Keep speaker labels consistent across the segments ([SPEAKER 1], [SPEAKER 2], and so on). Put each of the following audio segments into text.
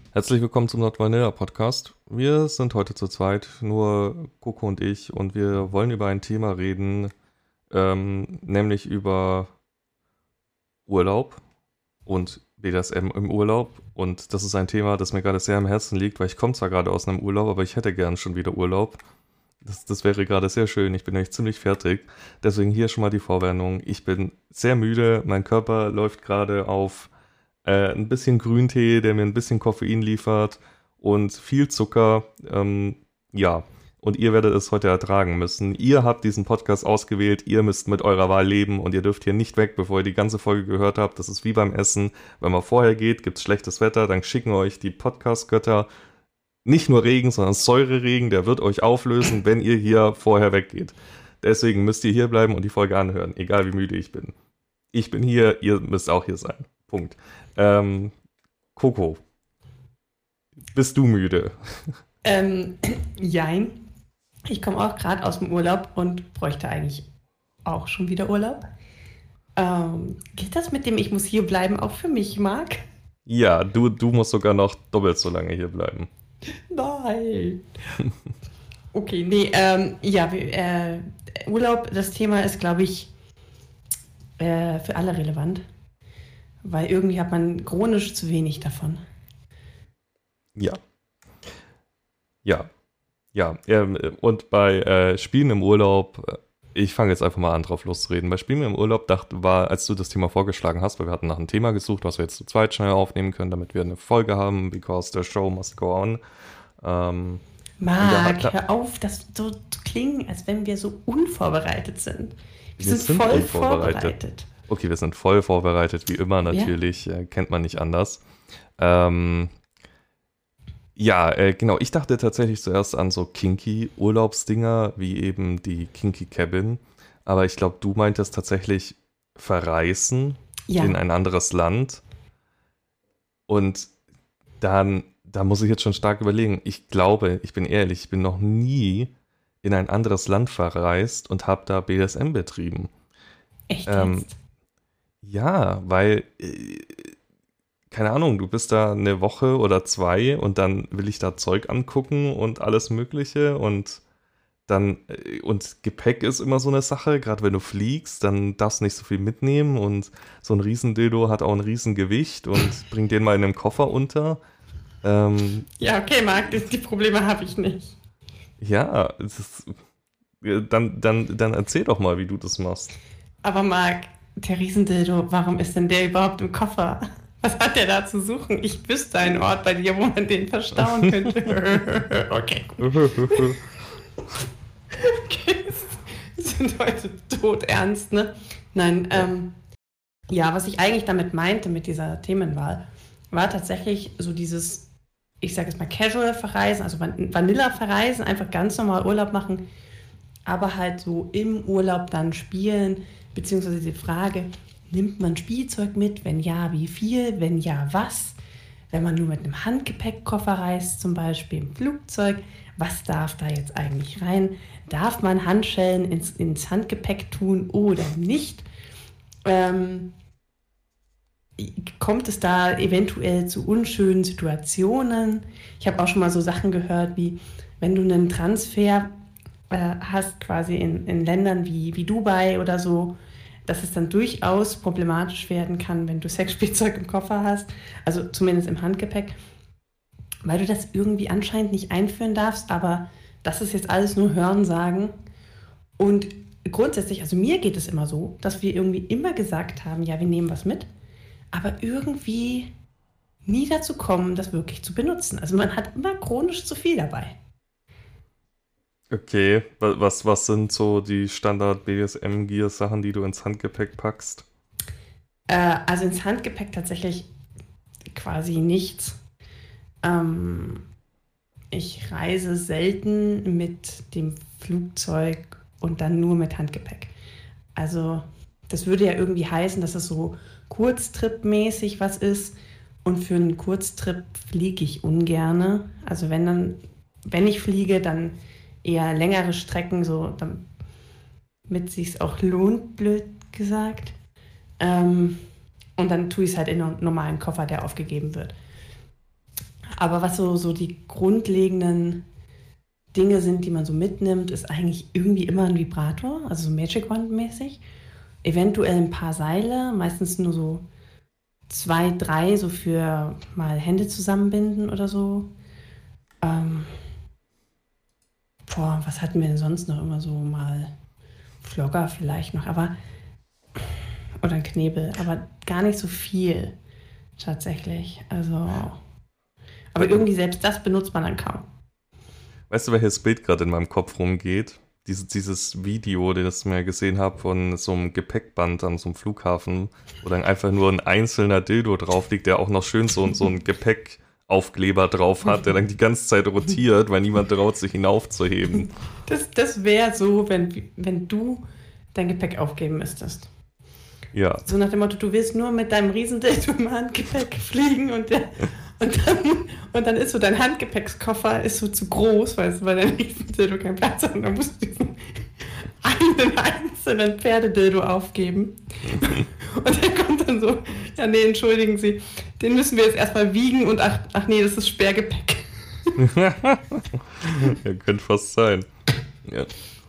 [SPEAKER 1] Herzlich willkommen zum Not Vanilla Podcast. Wir sind heute zu zweit, nur Coco und ich, und wir wollen über ein Thema reden, nämlich über Urlaub und BDSM im Urlaub. Und das ist ein Thema, das mir gerade sehr am Herzen liegt, weil ich komme zwar gerade aus einem Urlaub, aber ich hätte gern schon wieder Urlaub. Das wäre gerade sehr schön. Ich bin nämlich ziemlich fertig. Deswegen hier schon mal die Vorwarnung. Ich bin sehr müde. Mein Körper läuft gerade auf ein bisschen Grüntee, der mir ein bisschen Koffein liefert und viel Zucker. Ja, und ihr werdet es heute ertragen müssen. Ihr habt diesen Podcast ausgewählt. Ihr müsst mit eurer Wahl leben und ihr dürft hier nicht weg, bevor ihr die ganze Folge gehört habt. Das ist wie beim Essen. Wenn man vorher geht, gibt es schlechtes Wetter, dann schicken euch die Podcast-Götter nicht nur Regen, sondern Säureregen, der wird euch auflösen, wenn ihr hier vorher weggeht. Deswegen müsst ihr hier bleiben und die Folge anhören, egal wie müde ich bin. Ich bin hier, ihr müsst auch hier sein. Punkt. Coco, bist du müde?
[SPEAKER 2] Ähm, Jein. Ich komme auch gerade aus dem Urlaub und bräuchte eigentlich auch schon wieder Urlaub. Geht das mit dem Ich muss hier bleiben auch für mich, Marc?
[SPEAKER 1] Ja, du musst sogar noch doppelt so lange hier bleiben.
[SPEAKER 2] Nein. Okay, nee, ja, Urlaub, das Thema ist, glaube ich, für alle relevant, weil irgendwie hat man chronisch zu wenig davon.
[SPEAKER 1] Ja, ja, ja. Und bei Spielen im Urlaub, ich fange jetzt einfach mal an, drauf loszureden. Bei Spielen im Urlaub als du das Thema vorgeschlagen hast, weil wir hatten nach einem Thema gesucht, was wir jetzt zu zweit schnell aufnehmen können, damit wir eine Folge haben, because the show must go on. Und
[SPEAKER 2] Marc, hör auf, das so zu klingen, als wenn wir so unvorbereitet sind. Wir
[SPEAKER 1] wir
[SPEAKER 2] sind
[SPEAKER 1] sind
[SPEAKER 2] voll
[SPEAKER 1] unvorbereitet.
[SPEAKER 2] vorbereitet.
[SPEAKER 1] Okay, wir sind voll vorbereitet, wie immer
[SPEAKER 2] Ja?
[SPEAKER 1] natürlich, kennt man nicht anders. Ähm, ja, genau, ich dachte tatsächlich zuerst an so kinky Urlaubsdinger, wie eben die Kinky Cabin. Aber ich glaube, du meintest tatsächlich verreisen in
[SPEAKER 2] Ja.
[SPEAKER 1] ein anderes Land. Und da muss ich jetzt schon stark überlegen. Ich glaube, ich bin ehrlich, ich bin noch nie in ein anderes Land verreist und habe da BDSM betrieben.
[SPEAKER 2] Echt
[SPEAKER 1] Ähm,
[SPEAKER 2] jetzt?
[SPEAKER 1] ja, weil keine Ahnung, du bist da eine Woche oder zwei und dann will ich da Zeug angucken und alles Mögliche und Gepäck ist immer so eine Sache, gerade wenn du fliegst, dann darfst du nicht so viel mitnehmen und so ein Riesendildo hat auch ein Riesengewicht und bring den mal in einem Koffer unter. Ähm,
[SPEAKER 2] Ja, okay, Marc, die Probleme habe ich nicht.
[SPEAKER 1] ja, dann erzähl doch mal, wie du das machst.
[SPEAKER 2] Aber Marc, der Riesendildo, warum ist denn der überhaupt im Koffer? Was hat der da zu suchen? Ich wüsste einen Ort bei dir, wo man den verstauen könnte. Okay, gut. Okay, wir sind heute todernst, ne? Nein, ja, was ich eigentlich damit meinte, mit dieser Themenwahl, war tatsächlich so dieses, ich sage jetzt mal Casual-Verreisen, also Vanilla-Verreisen, einfach ganz normal Urlaub machen, aber halt so im Urlaub dann spielen, beziehungsweise die Frage, nimmt man Spielzeug mit? Wenn ja, wie viel? Wenn ja, was? Wenn man nur mit einem Handgepäckkoffer reist, zum Beispiel im Flugzeug, was darf da jetzt eigentlich rein? Darf man Handschellen ins Handgepäck tun oder nicht? Ähm, Kommt es da eventuell zu unschönen Situationen? Ich habe auch schon mal so Sachen gehört, wie wenn du einen Transfer hast, quasi in Ländern wie Dubai oder so, dass es dann durchaus problematisch werden kann, wenn du Sexspielzeug im Koffer hast, also zumindest im Handgepäck, weil du das irgendwie anscheinend nicht einführen darfst, aber das ist jetzt alles nur Hörensagen. Und grundsätzlich, also mir geht es immer so, dass wir irgendwie immer gesagt haben, ja, wir nehmen was mit, aber irgendwie nie dazu kommen, das wirklich zu benutzen. Also man hat immer chronisch zu viel dabei.
[SPEAKER 1] Okay, was sind so die Standard-BDSM-Gear-Sachen, die du ins Handgepäck packst?
[SPEAKER 2] Also ins Handgepäck tatsächlich quasi nichts. Ähm, Ich reise selten mit dem Flugzeug und dann nur mit Handgepäck. Also das würde ja irgendwie heißen, dass es so Kurztrip-mäßig was ist. Und für einen Kurztrip fliege ich ungerne. Also wenn ich fliege, dann eher längere Strecken, so damit sich auch lohnt, blöd gesagt. Und dann tue ich es halt in einen normalen Koffer, der aufgegeben wird. Aber was so die grundlegenden Dinge sind, die man so mitnimmt, ist eigentlich irgendwie immer ein Vibrator, also so Magic Wand-mäßig. Eventuell ein paar Seile, meistens nur so 2, 3, so für mal Hände zusammenbinden oder so. Ähm, was hatten wir denn sonst noch immer so mal? Flogger vielleicht noch, oder ein Knebel, aber gar nicht so viel tatsächlich. Also, aber irgendwie selbst das benutzt man dann kaum.
[SPEAKER 1] Weißt du, welches Bild gerade in meinem Kopf rumgeht? Dieses Video, das ich mal gesehen habe von so einem Gepäckband an so einem Flughafen, wo dann einfach nur ein einzelner Dildo drauf liegt, der auch noch schön so ein Gepäckaufkleber drauf hat, der dann die ganze Zeit rotiert, weil niemand traut sich ihn aufzuheben.
[SPEAKER 2] Das wäre so, wenn du dein Gepäck aufgeben müsstest.
[SPEAKER 1] Ja.
[SPEAKER 2] So nach dem Motto, du willst nur mit deinem Riesendildo im Handgepäck fliegen und dann ist so dein Handgepäckskoffer ist so zu groß, weil dein Riesendildo keinen Platz hat und dann musst du diesen einen einzelnen Pferdedildo aufgeben. Und der kommt dann so, ja nee, entschuldigen Sie, den müssen wir jetzt erstmal wiegen und ach nee, das ist Sperrgepäck.
[SPEAKER 1] Ja, könnte fast sein. Ja.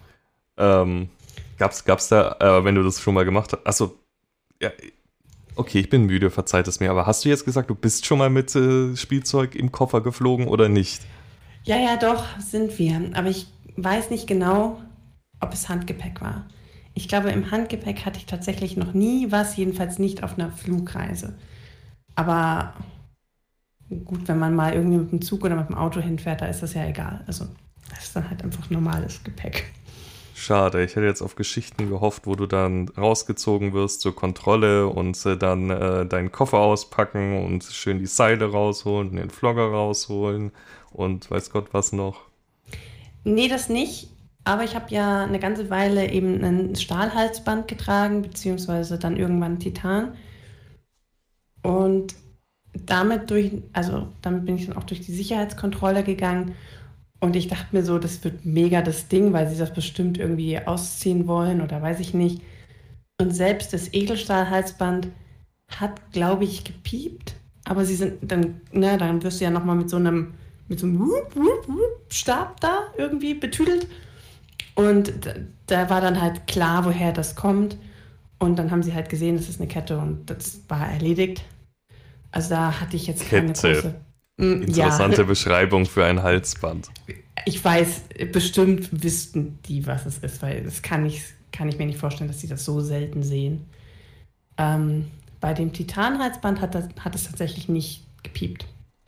[SPEAKER 1] Gab's da, wenn du das schon mal gemacht hast, achso, ja, okay, ich bin müde, verzeiht es mir, aber hast du jetzt gesagt, du bist schon mal mit Spielzeug im Koffer geflogen oder nicht?
[SPEAKER 2] Ja, doch, sind wir. Aber ich weiß nicht genau, ob es Handgepäck war. Ich glaube, im Handgepäck hatte ich tatsächlich noch nie was, jedenfalls nicht auf einer Flugreise. Aber gut, wenn man mal irgendwie mit dem Zug oder mit dem Auto hinfährt, da ist das ja egal. Also, das ist dann halt einfach normales Gepäck.
[SPEAKER 1] Schade, ich hätte jetzt auf Geschichten gehofft, wo du dann rausgezogen wirst zur Kontrolle und dann deinen Koffer auspacken und schön die Seile rausholen, den Flogger rausholen und weiß Gott was noch.
[SPEAKER 2] Nee, das nicht. Aber ich habe ja eine ganze Weile eben ein Stahlhalsband getragen, beziehungsweise dann irgendwann Titan. Und damit bin ich dann auch durch die Sicherheitskontrolle gegangen. Und ich dachte mir so, das wird mega das Ding, weil sie das bestimmt irgendwie ausziehen wollen oder weiß ich nicht. Und selbst das Edelstahlhalsband hat, glaube ich, gepiept. Aber sie sind dann wirst du ja nochmal mit so einem Wup, Wup, Wup Stab da irgendwie betüdelt. Und da war dann halt klar, woher das kommt. Und dann haben sie halt gesehen, das ist eine Kette und das war erledigt. Also da hatte ich jetzt keine große...
[SPEAKER 1] Interessante Beschreibung für ein Halsband.
[SPEAKER 2] Ich weiß, bestimmt wüssten die, was es ist, weil das kann ich mir nicht vorstellen, dass sie das so selten sehen. Bei dem Titanhalsband hat es tatsächlich nicht gepiept.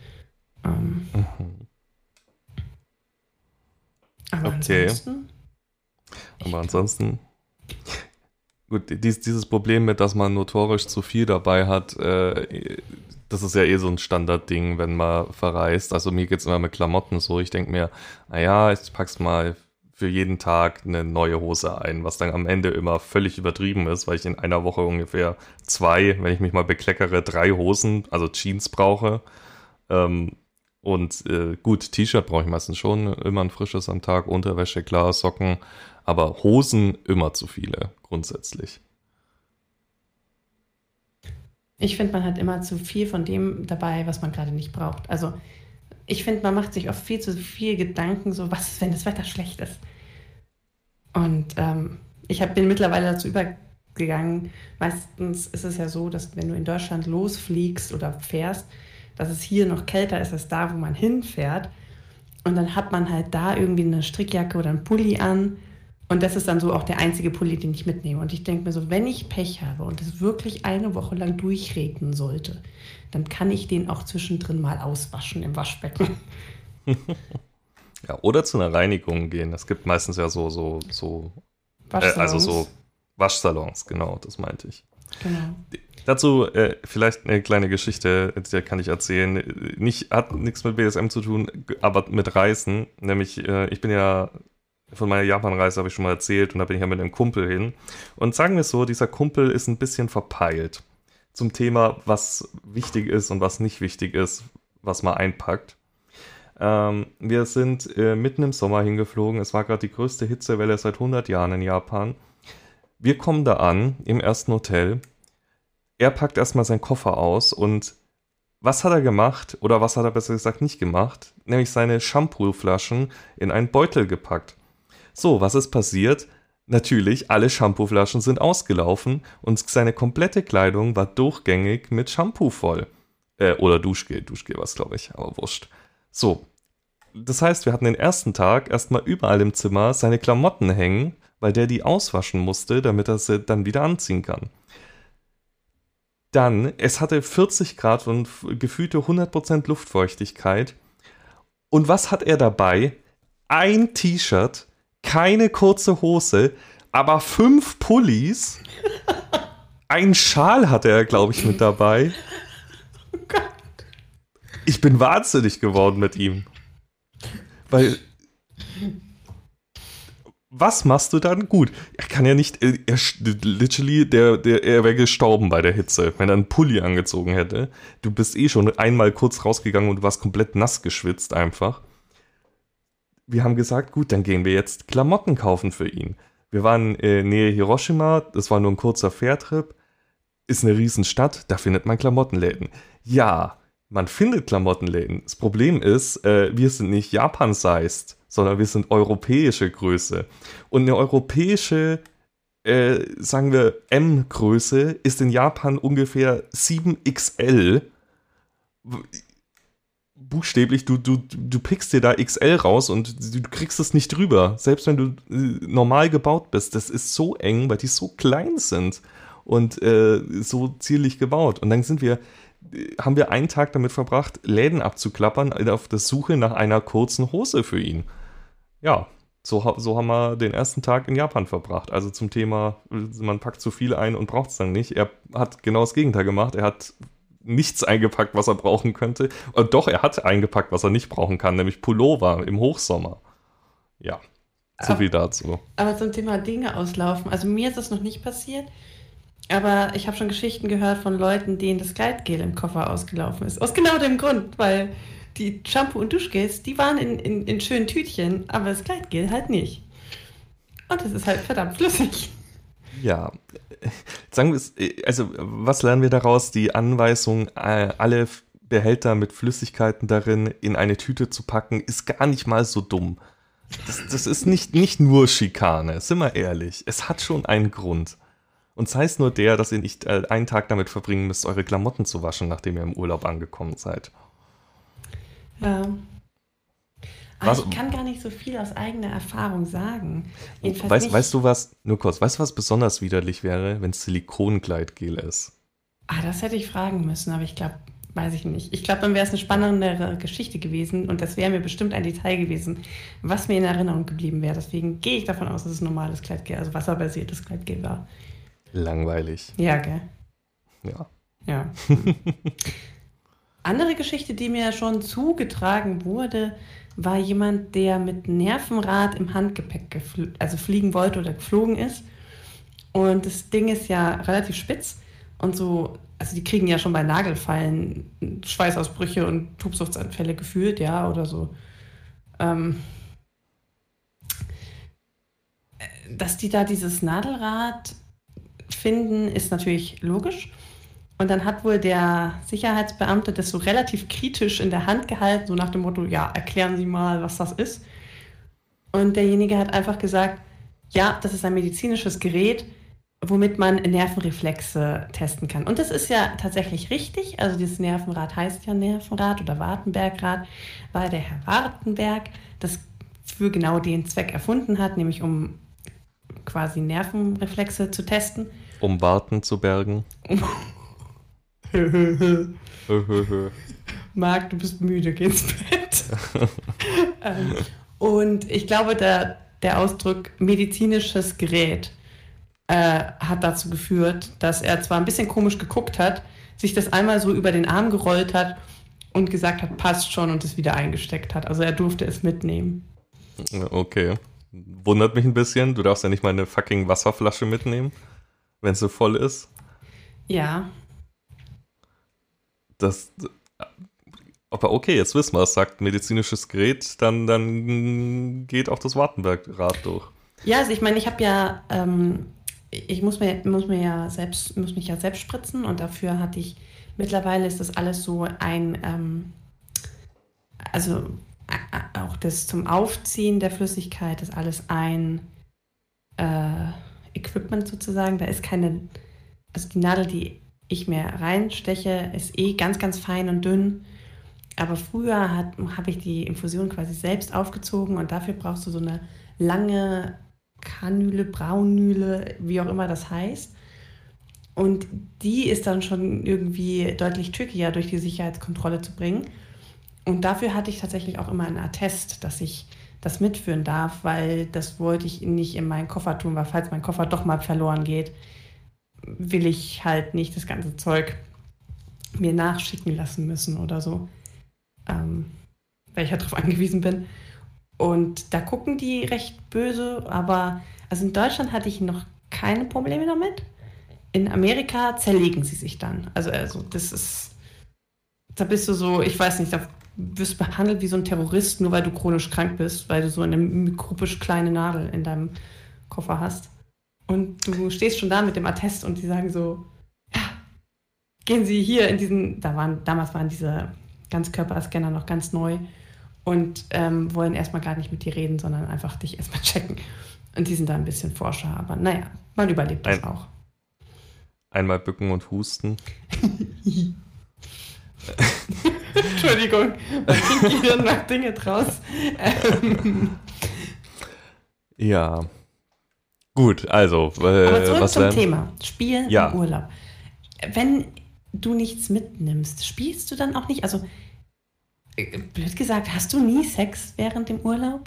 [SPEAKER 2] Aber
[SPEAKER 1] okay.
[SPEAKER 2] ansonsten...
[SPEAKER 1] Gut, dieses Problem mit, dass man notorisch zu viel dabei hat, das ist ja so ein Standardding, wenn man verreist. Also mir geht es immer mit Klamotten so. Ich denke mir, naja, ich pack's mal für jeden Tag eine neue Hose ein, was dann am Ende immer völlig übertrieben ist, weil ich in einer Woche ungefähr 2, wenn ich mich mal bekleckere, 3 Hosen, also Jeans brauche. Gut, T-Shirt brauche ich meistens schon, immer ein frisches am Tag, Unterwäsche, klar, Socken, aber Hosen immer zu viele, grundsätzlich.
[SPEAKER 2] Ich finde, man hat immer zu viel von dem dabei, was man gerade nicht braucht. Also ich finde, man macht sich oft viel zu viel Gedanken, so was ist, wenn das Wetter schlecht ist. Und bin mittlerweile dazu übergegangen, meistens ist es ja so, dass wenn du in Deutschland losfliegst oder fährst, dass es hier noch kälter ist als da, wo man hinfährt. Und dann hat man halt da irgendwie eine Strickjacke oder einen Pulli an. Und das ist dann so auch der einzige Pulli, den ich mitnehme. Und ich denke mir so, wenn ich Pech habe und es wirklich eine Woche lang durchregnen sollte, dann kann ich den auch zwischendrin mal auswaschen im Waschbecken.
[SPEAKER 1] Ja, oder zu einer Reinigung gehen. Es gibt meistens ja so
[SPEAKER 2] Waschsalons.
[SPEAKER 1] so Waschsalons, genau, das meinte ich.
[SPEAKER 2] Genau.
[SPEAKER 1] Dazu vielleicht eine kleine Geschichte, die kann ich erzählen. Hat nichts mit BDSM zu tun, aber mit Reisen. Nämlich, ich bin ja von meiner Japan-Reise, habe ich schon mal erzählt, und da bin ich ja mit einem Kumpel hin. Und sagen wir es so, dieser Kumpel ist ein bisschen verpeilt zum Thema, was wichtig ist und was nicht wichtig ist, was man einpackt. Wir sind mitten im Sommer hingeflogen. Es war gerade die größte Hitzewelle seit 100 Jahren in Japan. Wir kommen da an, im ersten Hotel. Er packt erstmal seinen Koffer aus und Was hat er gemacht, oder was hat er besser gesagt nicht gemacht? Nämlich seine Shampooflaschen in einen Beutel gepackt. So, was ist passiert? Natürlich, alle Shampooflaschen sind ausgelaufen und seine komplette Kleidung war durchgängig mit Shampoo voll. Oder Duschgel war es, glaube ich, aber wurscht. So, das heißt, wir hatten den ersten Tag erstmal überall im Zimmer seine Klamotten hängen, weil der die auswaschen musste, damit er sie dann wieder anziehen kann. Dann, es hatte 40 Grad und gefühlte 100% Luftfeuchtigkeit. Und was hat er dabei? Ein T-Shirt, keine kurze Hose, aber 5 Pullis. Ein Schal hatte er, glaube ich, mit dabei.
[SPEAKER 2] Oh Gott.
[SPEAKER 1] Ich bin wahnsinnig geworden mit ihm. Weil, was machst du dann? Gut, er kann ja nicht, er wäre gestorben bei der Hitze, wenn er einen Pulli angezogen hätte. Du bist eh schon einmal kurz rausgegangen und du warst komplett nass geschwitzt einfach. Wir haben gesagt, gut, dann gehen wir jetzt Klamotten kaufen für ihn. Wir waren nähe Hiroshima, das war nur ein kurzer Fährtrip. Ist eine Riesenstadt, da findet man Klamottenläden. Ja, man findet Klamottenläden. Das Problem ist, wir sind nicht Japan-sized, sondern wir sind europäische Größe. Und eine europäische, sagen wir, M-Größe ist in Japan ungefähr 7XL. Buchstäblich, du pickst dir da XL raus und du kriegst es nicht drüber. Selbst wenn du normal gebaut bist. Das ist so eng, weil die so klein sind und so zierlich gebaut. Und dann haben wir einen Tag damit verbracht, Läden abzuklappern auf der Suche nach einer kurzen Hose für ihn. Ja, so haben wir den ersten Tag in Japan verbracht. Also zum Thema, man packt zu viel ein und braucht es dann nicht. Er hat genau das Gegenteil gemacht. Er hat nichts eingepackt, was er brauchen könnte. Doch, er hat eingepackt, was er nicht brauchen kann, nämlich Pullover im Hochsommer. Ja, so viel dazu.
[SPEAKER 2] Aber zum Thema Dinge auslaufen, also mir ist das noch nicht passiert, aber ich habe schon Geschichten gehört von Leuten, denen das Gleitgel im Koffer ausgelaufen ist. Aus genau dem Grund, weil die Shampoo- und Duschgels, die waren in schönen Tütchen, aber das Gleitgel halt nicht. Und es ist halt verdammt flüssig.
[SPEAKER 1] Ja, sagen wir es, also was lernen wir daraus? Die Anweisung, alle Behälter mit Flüssigkeiten darin in eine Tüte zu packen, ist gar nicht mal so dumm. Das ist nicht nur Schikane, sind wir ehrlich. Es hat schon einen Grund. Und sei es nur der, dass ihr nicht einen Tag damit verbringen müsst, eure Klamotten zu waschen, nachdem ihr im Urlaub angekommen seid.
[SPEAKER 2] Ja. Aber ich kann gar nicht so viel aus eigener Erfahrung sagen.
[SPEAKER 1] Weißt du was, nur kurz, weißt du, was besonders widerlich wäre, wenn es Silikongleitgel ist?
[SPEAKER 2] Das hätte ich fragen müssen, aber ich glaube, weiß ich nicht. Ich glaube, dann wäre es eine spannendere Geschichte gewesen und das wäre mir bestimmt ein Detail gewesen, was mir in Erinnerung geblieben wäre. Deswegen gehe ich davon aus, dass es normales Gleitgel, also wasserbasiertes Gleitgel war.
[SPEAKER 1] Langweilig.
[SPEAKER 2] Ja, gell?
[SPEAKER 1] Ja.
[SPEAKER 2] Andere Geschichte, die mir schon zugetragen wurde, war jemand, der mit Nervenrad im Handgepäck fliegen wollte oder geflogen ist. Und das Ding ist ja relativ spitz und so, also die kriegen ja schon bei Nagelfallen Schweißausbrüche und Tobsuchtsanfälle gefühlt, ja, oder so. Dass die da dieses Nadelrad finden, ist natürlich logisch. Und dann hat wohl der Sicherheitsbeamte das so relativ kritisch in der Hand gehalten, so nach dem Motto, ja, erklären Sie mal, was das ist. Und derjenige hat einfach gesagt, ja, das ist ein medizinisches Gerät, womit man Nervenreflexe testen kann. Und das ist ja tatsächlich richtig. Also dieses Nervenrad heißt ja Nervenrad oder Wartenbergrad, weil der Herr Wartenberg das für genau den Zweck erfunden hat, nämlich um quasi Nervenreflexe zu testen.
[SPEAKER 1] Um Warten zu bergen.
[SPEAKER 2] Marc, du bist müde, geh ins Bett. Und ich glaube, der Ausdruck medizinisches Gerät hat dazu geführt, dass er zwar ein bisschen komisch geguckt hat, sich das einmal so über den Arm gerollt hat und gesagt hat, passt schon und es wieder eingesteckt hat. Also er durfte es mitnehmen.
[SPEAKER 1] Okay. Wundert mich ein bisschen. Du darfst ja nicht mal eine fucking Wasserflasche mitnehmen, wenn sie voll ist.
[SPEAKER 2] Ja.
[SPEAKER 1] Aber okay, jetzt wissen wir es, sagt medizinisches Gerät, dann geht auch das Wartenbergrad durch.
[SPEAKER 2] Ja, also ich meine, ich habe ja, ich muss mich ja selbst spritzen und dafür hatte ich mittlerweile ist das alles so also auch das zum Aufziehen der Flüssigkeit ist alles ein Equipment sozusagen. Da ist also die Nadel, die ich mir reinsteche, ist ganz, ganz fein und dünn. Aber früher habe ich die Infusion quasi selbst aufgezogen und dafür brauchst du so eine lange Kanüle, Braunüle, wie auch immer das heißt. Und die ist dann schon irgendwie deutlich trickier durch die Sicherheitskontrolle zu bringen. Und dafür hatte ich tatsächlich auch immer einen Attest, dass ich das mitführen darf, weil das wollte ich nicht in meinen Koffer tun, weil falls mein Koffer doch mal verloren geht, will ich halt nicht das ganze Zeug mir nachschicken lassen müssen oder so, weil ich halt darauf angewiesen bin. Und da gucken die recht böse, aber also in Deutschland hatte ich noch keine Probleme damit. In Amerika zerlegen sie sich dann. Also das ist, da bist du so, ich weiß nicht, da wirst du behandelt wie so ein Terrorist, nur weil du chronisch krank bist, weil du so eine mikrobisch kleine Nadel in deinem Koffer hast. Und du stehst schon da mit dem Attest und die sagen so, ja, gehen Sie hier in diesen, damals waren diese Ganzkörperscanner noch ganz neu und wollen erstmal gar nicht mit dir reden, sondern einfach dich erstmal checken. Und die sind da ein bisschen forscher, aber naja, man überlebt das auch.
[SPEAKER 1] Einmal bücken und husten.
[SPEAKER 2] Entschuldigung, mein Gehirn macht Dinge draus.
[SPEAKER 1] Ja. Gut, also.
[SPEAKER 2] Aber zurück
[SPEAKER 1] was
[SPEAKER 2] zum
[SPEAKER 1] denn?
[SPEAKER 2] Thema. Spielen im Urlaub. Wenn du nichts mitnimmst, spielst du dann auch nicht? Also, blöd gesagt, hast du nie Sex während dem Urlaub?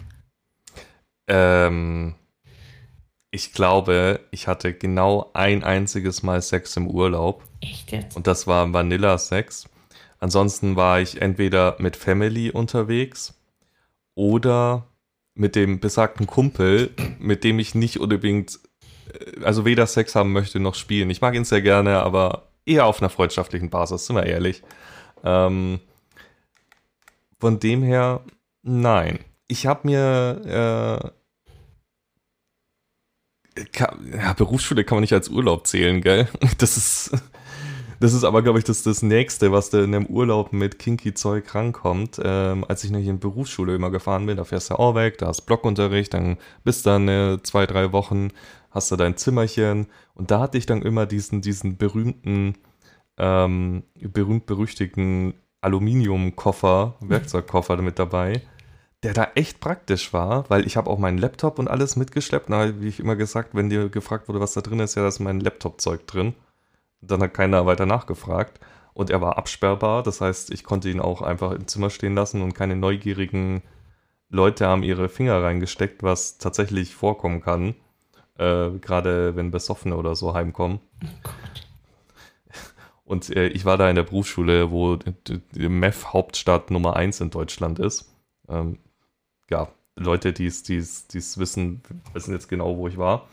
[SPEAKER 1] Ich glaube, ich hatte genau ein einziges Mal Sex im Urlaub.
[SPEAKER 2] Echt jetzt?
[SPEAKER 1] Und das war Vanilla-Sex. Ansonsten war ich entweder mit Family unterwegs oder mit dem besagten Kumpel, mit dem ich nicht unbedingt, also weder Sex haben möchte noch spielen. Ich mag ihn sehr gerne, aber eher auf einer freundschaftlichen Basis, sind wir ehrlich. Von dem her, nein. Ich habe mir Berufsschule kann man nicht als Urlaub zählen, gell? Das ist aber, glaube ich, das Nächste, was da in dem Urlaub mit Kinky-Zeug rankommt. Als ich noch in die Berufsschule immer gefahren bin, da fährst du auch weg, da hast Blockunterricht, dann bist du dann 2-3 Wochen, hast du dein Zimmerchen und da hatte ich dann immer diesen berühmten, berühmt-berüchtigten Aluminiumkoffer, Werkzeugkoffer mit dabei, der da echt praktisch war, weil ich habe auch meinen Laptop und alles mitgeschleppt. Na, wie ich immer gesagt, wenn dir gefragt wurde, was da drin ist, ja, da ist mein Laptop-Zeug drin. Dann hat keiner weiter nachgefragt. Und er war absperrbar, das heißt, ich konnte ihn auch einfach im Zimmer stehen lassen und keine neugierigen Leute haben ihre Finger reingesteckt, was tatsächlich vorkommen kann. Gerade wenn Besoffene oder so heimkommen.
[SPEAKER 2] Oh Gott.
[SPEAKER 1] Und ich war da in der Berufsschule, wo die Meth-Hauptstadt Nummer 1 in Deutschland ist. Ja, Leute, die es wissen jetzt genau, wo ich war.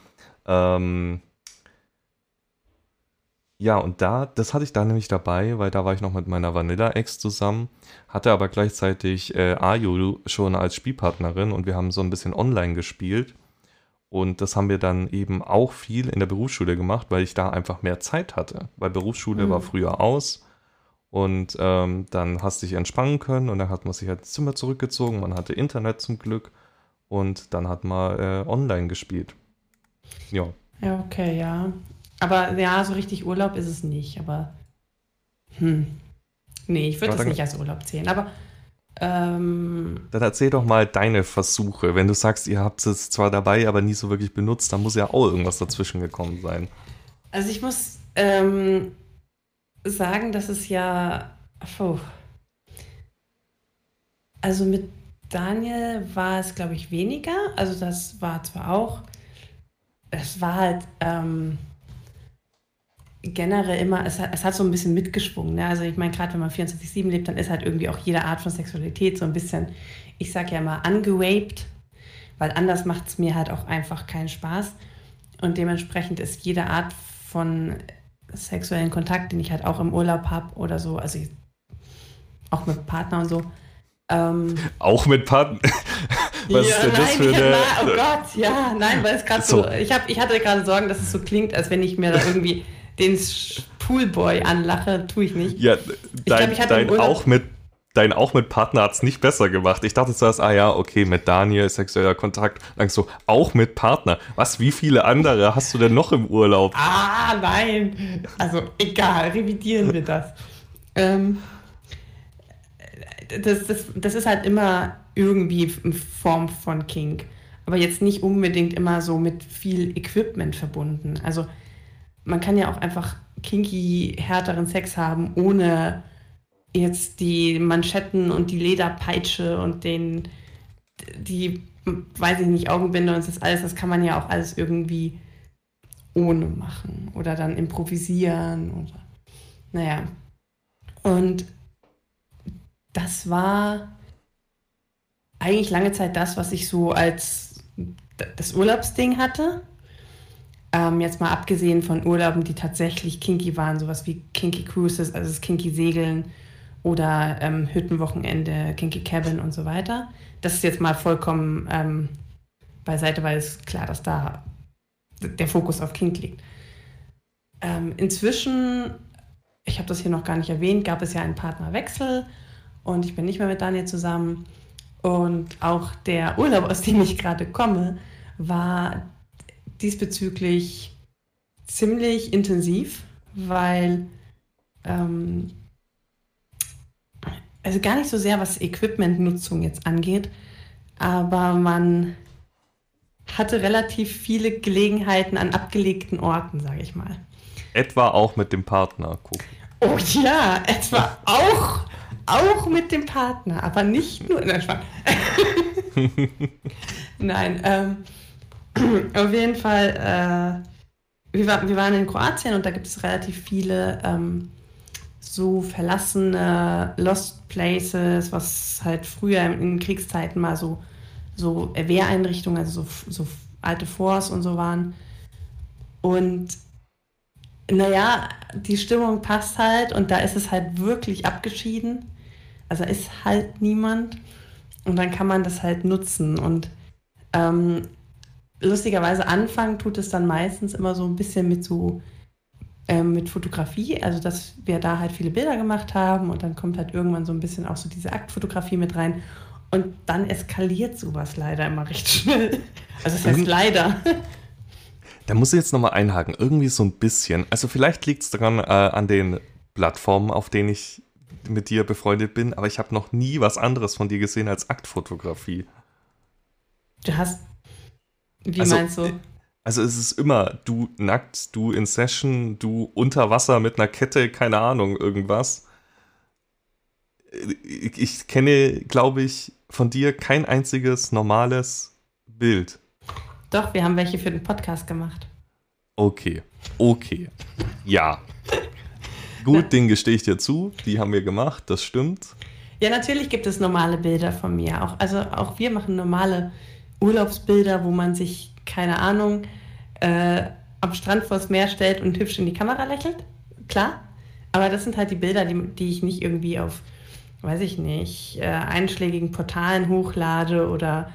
[SPEAKER 1] Ja, und das hatte ich da nämlich dabei, weil da war ich noch mit meiner Vanilla-Ex zusammen, hatte aber gleichzeitig Ayu schon als Spielpartnerin und wir haben so ein bisschen online gespielt. Und das haben wir dann eben auch viel in der Berufsschule gemacht, weil ich da einfach mehr Zeit hatte. Weil Berufsschule war früher aus und dann hast du dich entspannen können und dann hat man sich halt ins Zimmer zurückgezogen, man hatte Internet zum Glück und dann hat man online gespielt. Ja.
[SPEAKER 2] Ja, okay, ja. Aber ja, so richtig Urlaub ist es nicht, aber nee, ich würde das nicht als Urlaub zählen, aber
[SPEAKER 1] dann erzähl doch mal deine Versuche. Wenn du sagst, ihr habt es zwar dabei, aber nie so wirklich benutzt, dann muss ja auch irgendwas dazwischen gekommen sein.
[SPEAKER 2] Also ich muss sagen, dass es ja also mit Daniel war es, glaube ich, weniger. Also das war zwar auch, es war halt generell immer, es hat so ein bisschen mitgeschwungen. Ne? Also ich meine, gerade wenn man 24/7 lebt, dann ist halt irgendwie auch jede Art von Sexualität so ein bisschen, ich sag ja immer, angewaped, weil anders macht es mir halt auch einfach keinen Spaß. Und dementsprechend ist jede Art von sexuellen Kontakt, den ich halt auch im Urlaub habe oder so, also auch mit Partner und so.
[SPEAKER 1] Auch mit Partner? Was
[SPEAKER 2] ja,
[SPEAKER 1] ist denn das für eine...
[SPEAKER 2] Oh Gott, ja, nein, weil es gerade so, ich hatte gerade Sorgen, dass es so klingt, als wenn ich mir da irgendwie den Poolboy anlache, tue ich nicht.
[SPEAKER 1] Ja,
[SPEAKER 2] Ich hatte im Urlaub
[SPEAKER 1] dein auch mit Partner hat es nicht besser gemacht. Ich dachte zuerst, okay, mit Daniel, sexueller Kontakt. Dann so, auch mit Partner. Was, wie viele andere hast du denn noch im Urlaub?
[SPEAKER 2] Nein. Also egal, revidieren wir das. Das ist halt immer irgendwie in Form von Kink. Aber jetzt nicht unbedingt immer so mit viel Equipment verbunden. Also man kann ja auch einfach kinky, härteren Sex haben, ohne jetzt die Manschetten und die Lederpeitsche und die, weiß ich nicht, Augenbinde und das kann man ja auch alles irgendwie ohne machen oder dann improvisieren oder, naja. Und das war eigentlich lange Zeit das, was ich so als das Urlaubsding hatte. Jetzt mal abgesehen von Urlauben, die tatsächlich kinky waren, sowas wie Kinky Cruises, also das Kinky Segeln oder Hüttenwochenende, Kinky Cabin und so weiter. Das ist jetzt mal vollkommen beiseite, weil es ist klar, dass da der Fokus auf Kink liegt. Inzwischen, ich habe das hier noch gar nicht erwähnt, gab es ja einen Partnerwechsel und ich bin nicht mehr mit Daniel zusammen. Und auch der Urlaub, aus dem ich gerade komme, war diesbezüglich ziemlich intensiv, weil also gar nicht so sehr, was Equipment-Nutzung jetzt angeht, aber man hatte relativ viele Gelegenheiten an abgelegten Orten, sage ich mal.
[SPEAKER 1] Etwa auch mit dem Partner gucken.
[SPEAKER 2] Oh ja, etwa auch mit dem Partner, aber nicht nur. Nein, auf jeden Fall, wir waren in Kroatien und da gibt es relativ viele so verlassene Lost Places, was halt früher in Kriegszeiten mal so Wehreinrichtungen, also so alte Forts und so waren. Und naja, die Stimmung passt halt und da ist es halt wirklich abgeschieden. Also ist halt niemand und dann kann man das halt nutzen und lustigerweise anfangen tut es dann meistens immer so ein bisschen mit Fotografie, also dass wir da halt viele Bilder gemacht haben und dann kommt halt irgendwann so ein bisschen auch so diese Aktfotografie mit rein und dann eskaliert sowas leider immer recht schnell. Also das heißt leider.
[SPEAKER 1] Da muss ich jetzt nochmal einhaken, irgendwie so ein bisschen. Also vielleicht liegt es daran an den Plattformen, auf denen ich mit dir befreundet bin, aber ich habe noch nie was anderes von dir gesehen als Aktfotografie.
[SPEAKER 2] Wie meinst du?
[SPEAKER 1] Also es ist immer du nackt, du in Session, du unter Wasser mit einer Kette, keine Ahnung, irgendwas. Ich kenne, glaube ich, von dir kein einziges normales Bild.
[SPEAKER 2] Doch, wir haben welche für den Podcast gemacht.
[SPEAKER 1] Okay. Ja. Gut, den gestehe ich dir zu. Die haben wir gemacht, das stimmt.
[SPEAKER 2] Ja, natürlich gibt es normale Bilder von mir. Auch wir machen normale Urlaubsbilder, wo man sich, keine Ahnung, am Strand vors Meer stellt und hübsch in die Kamera lächelt. Klar. Aber das sind halt die Bilder, die ich nicht irgendwie auf, weiß ich nicht, einschlägigen Portalen hochlade oder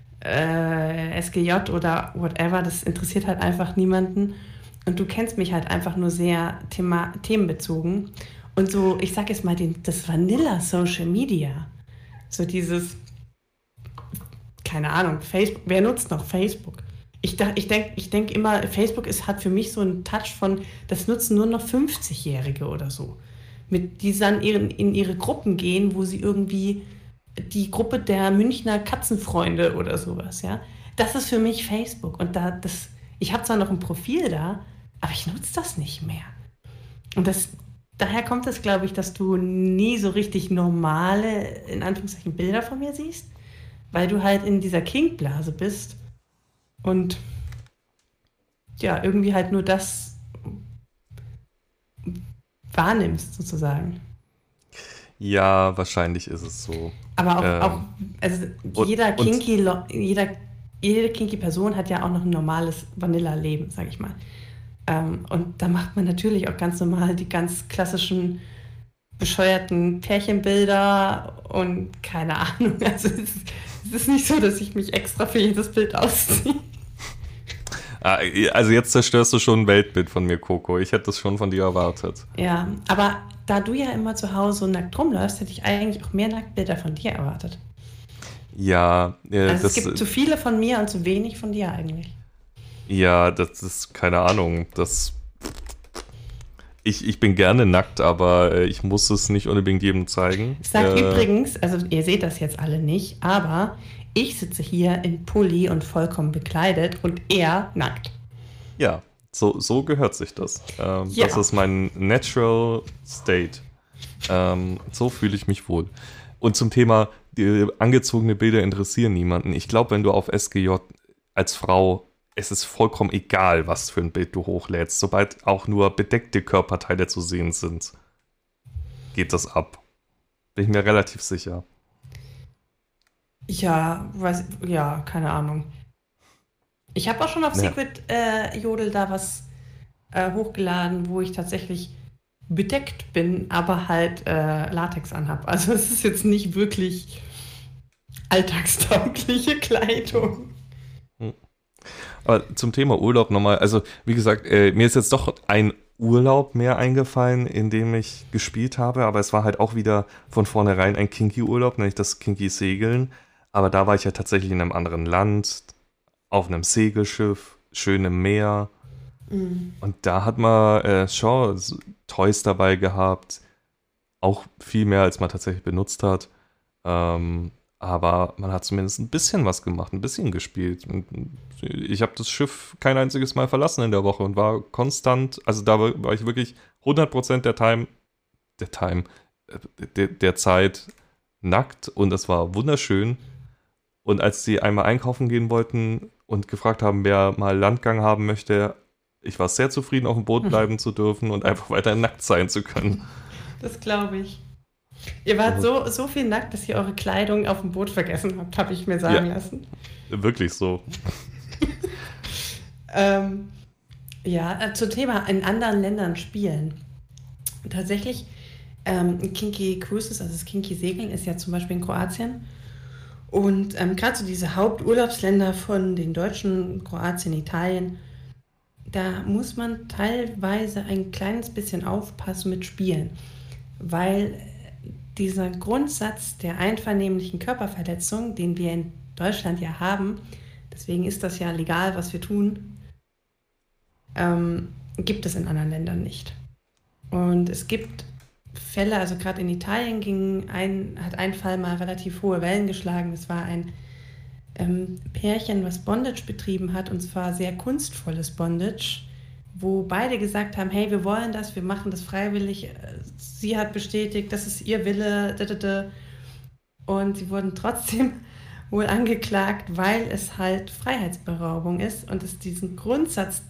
[SPEAKER 2] SGJ oder whatever. Das interessiert halt einfach niemanden. Und du kennst mich halt einfach nur sehr themenbezogen. Und so, ich sag jetzt mal, das Vanilla Social Media. So dieses, keine Ahnung, Facebook. Wer nutzt noch Facebook? Ich denk immer, Facebook hat für mich so einen Touch von, das nutzen nur noch 50-Jährige oder so. Die dann in ihre Gruppen gehen, wo sie irgendwie die Gruppe der Münchner Katzenfreunde oder sowas, ja. Das ist für mich Facebook. Und ich habe zwar noch ein Profil da, aber ich nutze das nicht mehr. Und daher kommt es, glaube ich, dass du nie so richtig normale, in Anführungszeichen, Bilder von mir siehst, weil du halt in dieser Kink-Blase bist und ja, irgendwie halt nur das wahrnimmst, sozusagen.
[SPEAKER 1] Ja, wahrscheinlich ist es so.
[SPEAKER 2] Aber also jede kinky Person hat ja auch noch ein normales Vanilla-Leben, sag ich mal. Und da macht man natürlich auch ganz normal die ganz klassischen bescheuerten Pärchenbilder und keine Ahnung. Also es ist nicht so, dass ich mich extra für jedes Bild ausziehe.
[SPEAKER 1] Also jetzt zerstörst du schon ein Weltbild von mir, Coco. Ich hätte das schon von dir erwartet.
[SPEAKER 2] Ja, aber da du ja immer zu Hause nackt rumläufst, hätte ich eigentlich auch mehr Nacktbilder von dir erwartet.
[SPEAKER 1] Ja,
[SPEAKER 2] Also es gibt zu viele von mir und zu wenig von dir eigentlich.
[SPEAKER 1] ja, das ist keine Ahnung. Ich bin gerne nackt, aber ich muss es nicht unbedingt jedem zeigen.
[SPEAKER 2] Ich sag übrigens, also ihr seht das jetzt alle nicht, aber ich sitze hier in Pulli und vollkommen bekleidet und er nackt.
[SPEAKER 1] Ja, so gehört sich das.
[SPEAKER 2] Ja.
[SPEAKER 1] Das ist mein Natural State. So fühle ich mich wohl. Und zum Thema, die angezogene Bilder interessieren niemanden. Ich glaube, wenn du auf SGJ als Frau, es ist vollkommen egal, was für ein Bild du hochlädst. Sobald auch nur bedeckte Körperteile zu sehen sind, geht das ab. Bin ich mir relativ sicher.
[SPEAKER 2] Ja, ja, keine Ahnung. Ich habe auch schon auf
[SPEAKER 1] Ja.
[SPEAKER 2] Secret Jodel da was hochgeladen, wo ich tatsächlich bedeckt bin, aber halt Latex anhab. Also es ist jetzt nicht wirklich alltagstaugliche Kleidung.
[SPEAKER 1] Aber zum Thema Urlaub nochmal, also wie gesagt, mir ist jetzt doch ein Urlaub mehr eingefallen, in dem ich gespielt habe, aber es war halt auch wieder von vornherein ein Kinky-Urlaub, nämlich das Kinky-Segeln. Aber da war ich ja tatsächlich in einem anderen Land, auf einem Segelschiff, schön im Meer. Und da hat man schon Toys dabei gehabt, auch viel mehr, als man tatsächlich benutzt hat. Aber man hat zumindest ein bisschen was gemacht, ein bisschen gespielt. Und ich habe das Schiff kein einziges Mal verlassen in der Woche und war konstant, also da war ich wirklich 100% der Zeit nackt und es war wunderschön. Und als sie einmal einkaufen gehen wollten und gefragt haben, wer mal Landgang haben möchte, ich war sehr zufrieden, auf dem Boot bleiben zu dürfen und einfach weiter nackt sein zu können.
[SPEAKER 2] Das glaube ich. Ihr wart so viel nackt, dass ihr eure Kleidung auf dem Boot vergessen habt, habe ich mir sagen lassen.
[SPEAKER 1] Wirklich so.
[SPEAKER 2] Zum Thema in anderen Ländern spielen. Tatsächlich, Kinky Cruises, also das Kinky Segeln, ist ja zum Beispiel in Kroatien. Und gerade so diese Haupturlaubsländer von den Deutschen, Kroatien, Italien, da muss man teilweise ein kleines bisschen aufpassen mit Spielen, weil dieser Grundsatz der einvernehmlichen Körperverletzung, den wir in Deutschland ja haben, deswegen ist das ja legal, was wir tun, gibt es in anderen Ländern nicht. Und es gibt Fälle, also gerade in Italien hat ein Fall mal relativ hohe Wellen geschlagen. Das war ein Pärchen, was Bondage betrieben hat, und zwar sehr kunstvolles Bondage, wo beide gesagt haben, hey, wir wollen das, wir machen das freiwillig. Sie hat bestätigt, das ist ihr Wille. Und sie wurden trotzdem wohl angeklagt, weil es halt Freiheitsberaubung ist und es diesen Grundsatz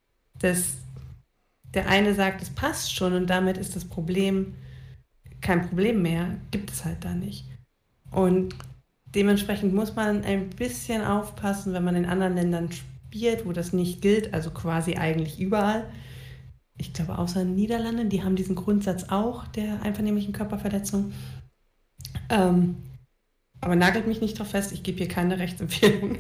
[SPEAKER 2] der eine sagt, es passt schon und damit ist das Problem kein Problem mehr, gibt es halt da nicht. Und dementsprechend muss man ein bisschen aufpassen, wenn man in anderen Ländern spielt, wo das nicht gilt, also quasi eigentlich überall. Ich glaube, außer in den Niederlanden, die haben diesen Grundsatz auch der einvernehmlichen Körperverletzung. Aber nagelt mich nicht drauf fest, ich gebe hier keine Rechtsempfehlung,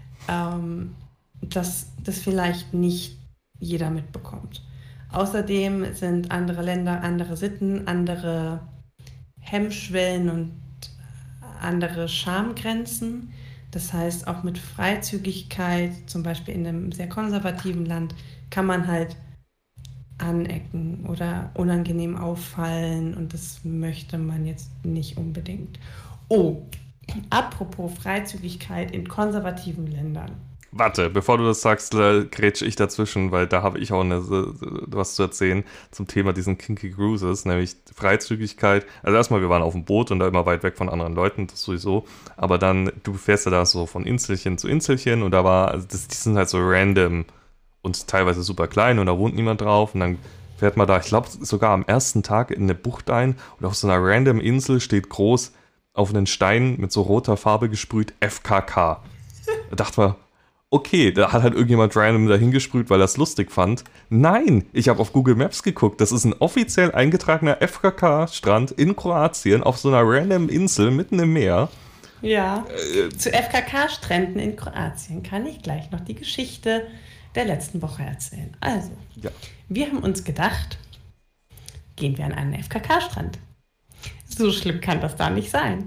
[SPEAKER 2] dass das vielleicht nicht jeder mitbekommt. Außerdem sind andere Länder, andere Sitten, andere Hemmschwellen und andere Schamgrenzen. Das heißt, auch mit Freizügigkeit, zum Beispiel in einem sehr konservativen Land, kann man halt anecken oder unangenehm auffallen und das möchte man jetzt nicht unbedingt. Oh, apropos Freizügigkeit in konservativen Ländern.
[SPEAKER 1] Warte, bevor du das sagst, grätsche ich dazwischen, weil da habe ich auch was zu erzählen zum Thema diesen Kinky Cruises, nämlich Freizügigkeit. Also erstmal, wir waren auf dem Boot und da immer weit weg von anderen Leuten, das sowieso. Aber dann, du fährst ja da so von Inselchen zu Inselchen und da war, also die sind halt so random und teilweise super klein und da wohnt niemand drauf. Und dann fährt man da, ich glaube sogar am ersten Tag in eine Bucht ein und auf so einer random Insel steht groß auf einen Stein mit so roter Farbe gesprüht FKK. Da dachte man, okay, da hat halt irgendjemand random dahingesprüht, weil er es lustig fand. Nein, ich habe auf Google Maps geguckt. Das ist ein offiziell eingetragener FKK-Strand in Kroatien auf so einer random Insel mitten im Meer.
[SPEAKER 2] Ja, zu FKK-Stränden in Kroatien kann ich gleich noch die Geschichte der letzten Woche erzählen. Also,
[SPEAKER 1] Ja.
[SPEAKER 2] wir haben uns gedacht, gehen wir an einen FKK-Strand. So schlimm kann das da nicht sein.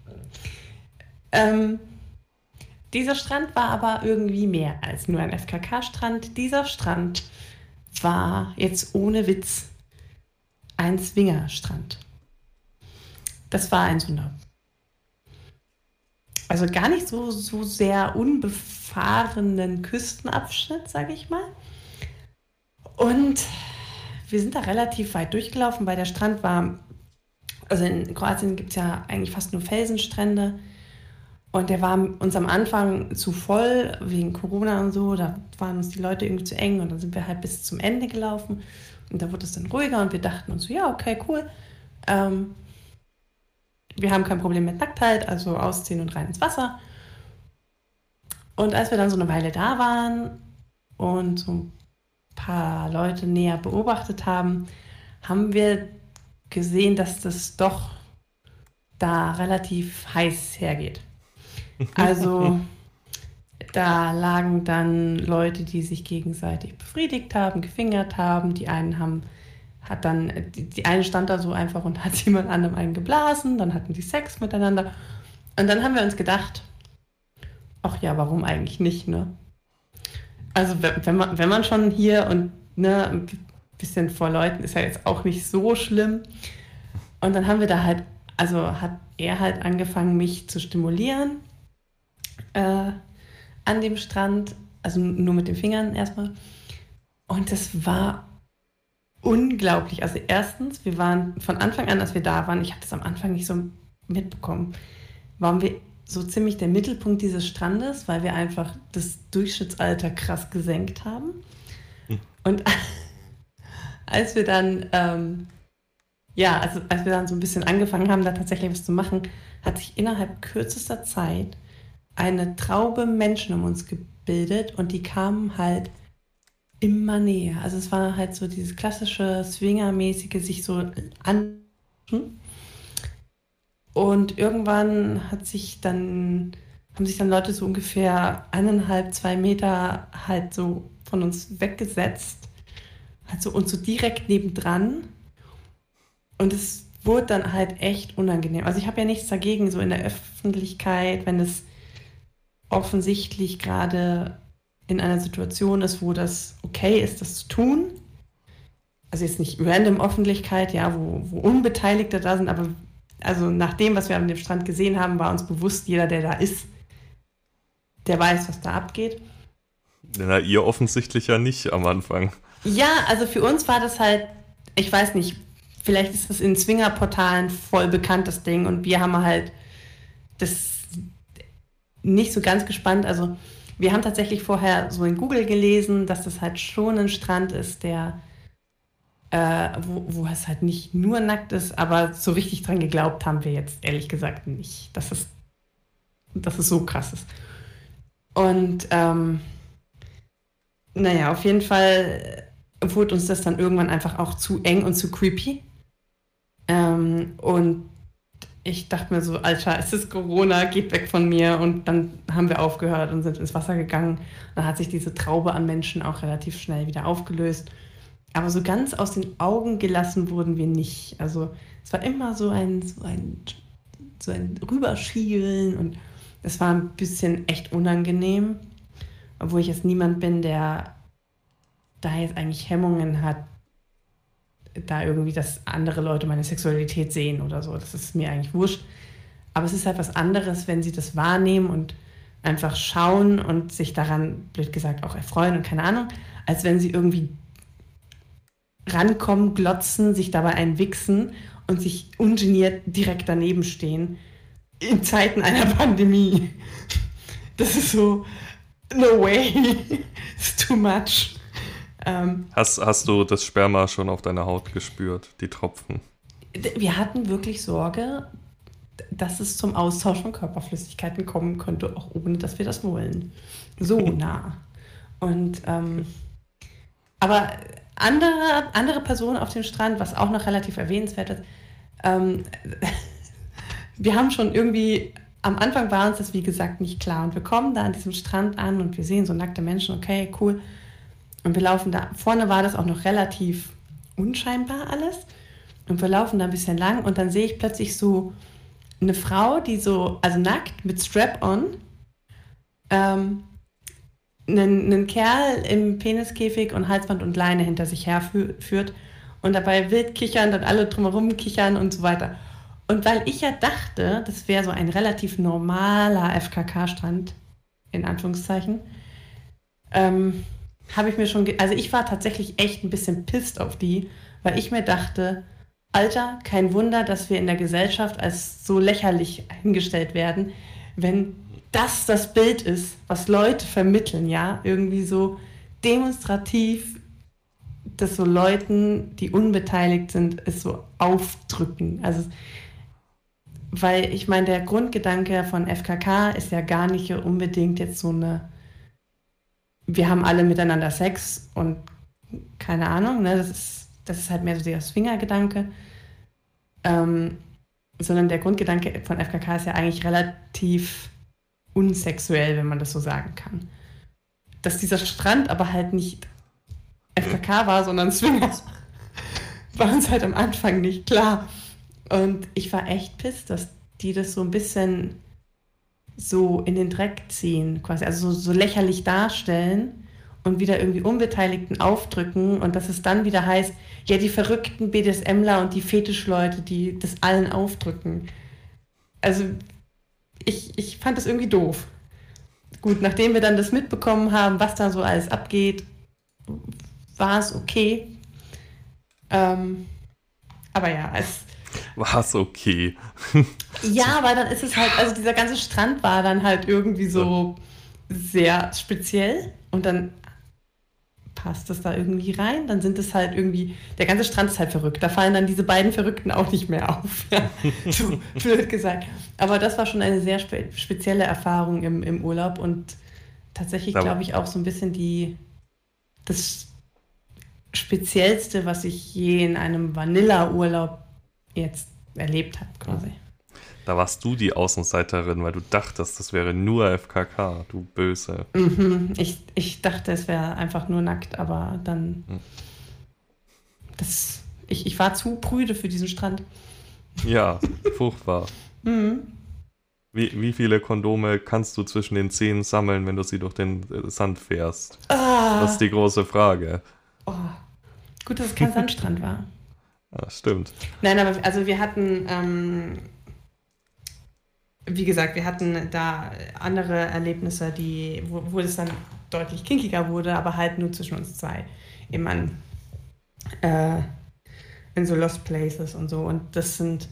[SPEAKER 2] Dieser Strand war aber irgendwie mehr als nur ein FKK-Strand. Dieser Strand war jetzt ohne Witz ein Swingerstrand. Das war ein so einer, also gar nicht so sehr unbefahrenen Küstenabschnitt, sage ich mal. Und wir sind da relativ weit durchgelaufen, weil der Strand war, also in Kroatien gibt es ja eigentlich fast nur Felsenstrände. Und der war uns am Anfang zu voll, wegen Corona und so. Da waren uns die Leute irgendwie zu eng und dann sind wir halt bis zum Ende gelaufen. Und da wurde es dann ruhiger und wir dachten uns so, ja, okay, cool. Wir haben kein Problem mit Nacktheit, also ausziehen und rein ins Wasser. Und als wir dann so eine Weile da waren und so ein paar Leute näher beobachtet haben, haben wir gesehen, dass das doch da relativ heiß hergeht. Also da lagen dann Leute, die sich gegenseitig befriedigt haben, gefingert haben. Die eine stand da so einfach und hat jemand anderem einen geblasen. Dann hatten die Sex miteinander. Und dann haben wir uns gedacht, ach ja, warum eigentlich nicht, ne? Also wenn man schon hier und ne, ein bisschen vor Leuten ist ja jetzt auch nicht so schlimm. Und dann haben wir da halt, also hat er halt angefangen, mich zu stimulieren an dem Strand, also nur mit den Fingern erstmal. Und das war unglaublich. Also erstens, wir waren von Anfang an, als wir da waren, ich habe das am Anfang nicht so mitbekommen, waren wir so ziemlich der Mittelpunkt dieses Strandes, weil wir einfach das Durchschnittsalter krass gesenkt haben. Und als wir dann, als wir dann so ein bisschen angefangen haben, da tatsächlich was zu machen, hat sich innerhalb kürzester Zeit eine Traube Menschen um uns gebildet und die kamen halt immer näher. Also es war halt so dieses klassische Swinger-mäßige, sich so an. Und irgendwann haben sich dann Leute so ungefähr 1,5, 2 Meter halt so von uns weggesetzt. Halt so und so direkt nebendran. Und es wurde dann halt echt unangenehm. Also ich habe ja nichts dagegen, so in der Öffentlichkeit, wenn es offensichtlich gerade in einer Situation ist, wo das okay ist, das zu tun. Also jetzt nicht random Öffentlichkeit, ja, wo Unbeteiligte da sind, aber also nach dem, was wir an dem Strand gesehen haben, war uns bewusst, jeder, der da ist, der weiß, was da abgeht.
[SPEAKER 1] Na, ihr offensichtlich ja nicht am Anfang.
[SPEAKER 2] Ja, also für uns war das halt, ich weiß nicht, vielleicht ist das in Swingerportalen voll bekannt, das Ding, und wir haben halt das nicht so ganz gespannt. Also wir haben tatsächlich vorher so in Google gelesen, dass das halt schon ein Strand ist, der wo es halt nicht nur nackt ist, aber so richtig dran geglaubt haben wir jetzt ehrlich gesagt nicht, dass es so krass ist. Und naja, auf jeden Fall wurde uns das dann irgendwann einfach auch zu eng und zu creepy. Und ich dachte mir so, Alter, es ist Corona, geht weg von mir. Und dann haben wir aufgehört und sind ins Wasser gegangen. Dann hat sich diese Traube an Menschen auch relativ schnell wieder aufgelöst. Aber so ganz aus den Augen gelassen wurden wir nicht. Also es war immer so ein Rüberschielen und es war ein bisschen echt unangenehm. Obwohl ich jetzt niemand bin, der da jetzt eigentlich Hemmungen hat, da irgendwie, dass andere Leute meine Sexualität sehen oder so. Das ist mir eigentlich wurscht. Aber es ist halt was anderes, wenn sie das wahrnehmen und einfach schauen und sich daran, blöd gesagt, auch erfreuen und keine Ahnung, als wenn sie irgendwie rankommen, glotzen, sich dabei einwichsen und sich ungeniert direkt daneben stehen in Zeiten einer Pandemie. Das ist so, no way, it's too much.
[SPEAKER 1] Hast du das Sperma schon auf deiner Haut gespürt, die Tropfen?
[SPEAKER 2] Wir hatten wirklich Sorge, dass es zum Austausch von Körperflüssigkeiten kommen könnte, auch ohne, dass wir das wollen. So nah. Und aber andere Personen auf dem Strand, was auch noch relativ erwähnenswert ist, wir haben schon irgendwie, am Anfang war uns das wie gesagt nicht klar und wir kommen da an diesem Strand an und wir sehen so nackte Menschen, okay, cool. Und wir laufen da, vorne war das auch noch relativ unscheinbar alles. Und wir laufen da ein bisschen lang und dann sehe ich plötzlich so eine Frau, die so, also nackt mit Strap-on, einen Kerl im Peniskäfig und Halsband und Leine hinter sich herführt und dabei wild kichern und alle drumherum kichern und so weiter. Und weil ich ja dachte, das wäre so ein relativ normaler FKK-Strand, in Anführungszeichen, habe ich mir schon, also ich war tatsächlich echt ein bisschen pisst auf die, weil ich mir dachte, Alter, kein Wunder, dass wir in der Gesellschaft als so lächerlich hingestellt werden, wenn das Bild ist, was Leute vermitteln, ja, irgendwie so demonstrativ, dass so Leuten, die unbeteiligt sind, es so aufdrücken. Also, weil ich meine, der Grundgedanke von FKK ist ja gar nicht unbedingt jetzt so eine, wir haben alle miteinander Sex und keine Ahnung, ne, das ist halt mehr so der Swinger-Gedanke, sondern der Grundgedanke von FKK ist ja eigentlich relativ unsexuell, wenn man das so sagen kann. Dass dieser Strand aber halt nicht FKK war, sondern Swingers, war uns halt am Anfang nicht klar. Und ich war echt pisst, dass die das so ein bisschen so in den Dreck ziehen, quasi, also so lächerlich darstellen und wieder irgendwie Unbeteiligten aufdrücken und dass es dann wieder heißt, ja, die verrückten BDSMler und die Fetischleute, die das allen aufdrücken. Also ich fand das irgendwie doof. Gut, nachdem wir dann das mitbekommen haben, was da so alles abgeht, war es okay. Aber ja,
[SPEAKER 1] War es okay?
[SPEAKER 2] ja, weil dann ist es halt, also dieser ganze Strand war dann halt irgendwie so sehr speziell und dann passt das da irgendwie rein, dann sind es halt irgendwie, der ganze Strand ist halt verrückt, da fallen dann diese beiden Verrückten auch nicht mehr auf, ja. So blöd gesagt. Aber das war schon eine sehr spezielle Erfahrung im Urlaub und tatsächlich glaube ich auch so ein bisschen das Speziellste, was ich je in einem Vanilla-Urlaub jetzt erlebt habe, quasi.
[SPEAKER 1] Da warst du die Außenseiterin, weil du dachtest, das wäre nur FKK, du Böse.
[SPEAKER 2] Mhm. Ich dachte, es wäre einfach nur nackt, aber dann ich war zu prüde für diesen Strand.
[SPEAKER 1] Ja, furchtbar. Wie viele Kondome kannst du zwischen den Zähnen sammeln, wenn du sie durch den Sand fährst? Das ist die große Frage.
[SPEAKER 2] Oh. Gut, dass es kein Sandstrand war.
[SPEAKER 1] Ja, stimmt.
[SPEAKER 2] Nein, aber also wir hatten, wie gesagt, wir hatten da andere Erlebnisse, wo es dann deutlich kinkiger wurde, aber halt nur zwischen uns zwei. Immer in so Lost Places und so. Und das sind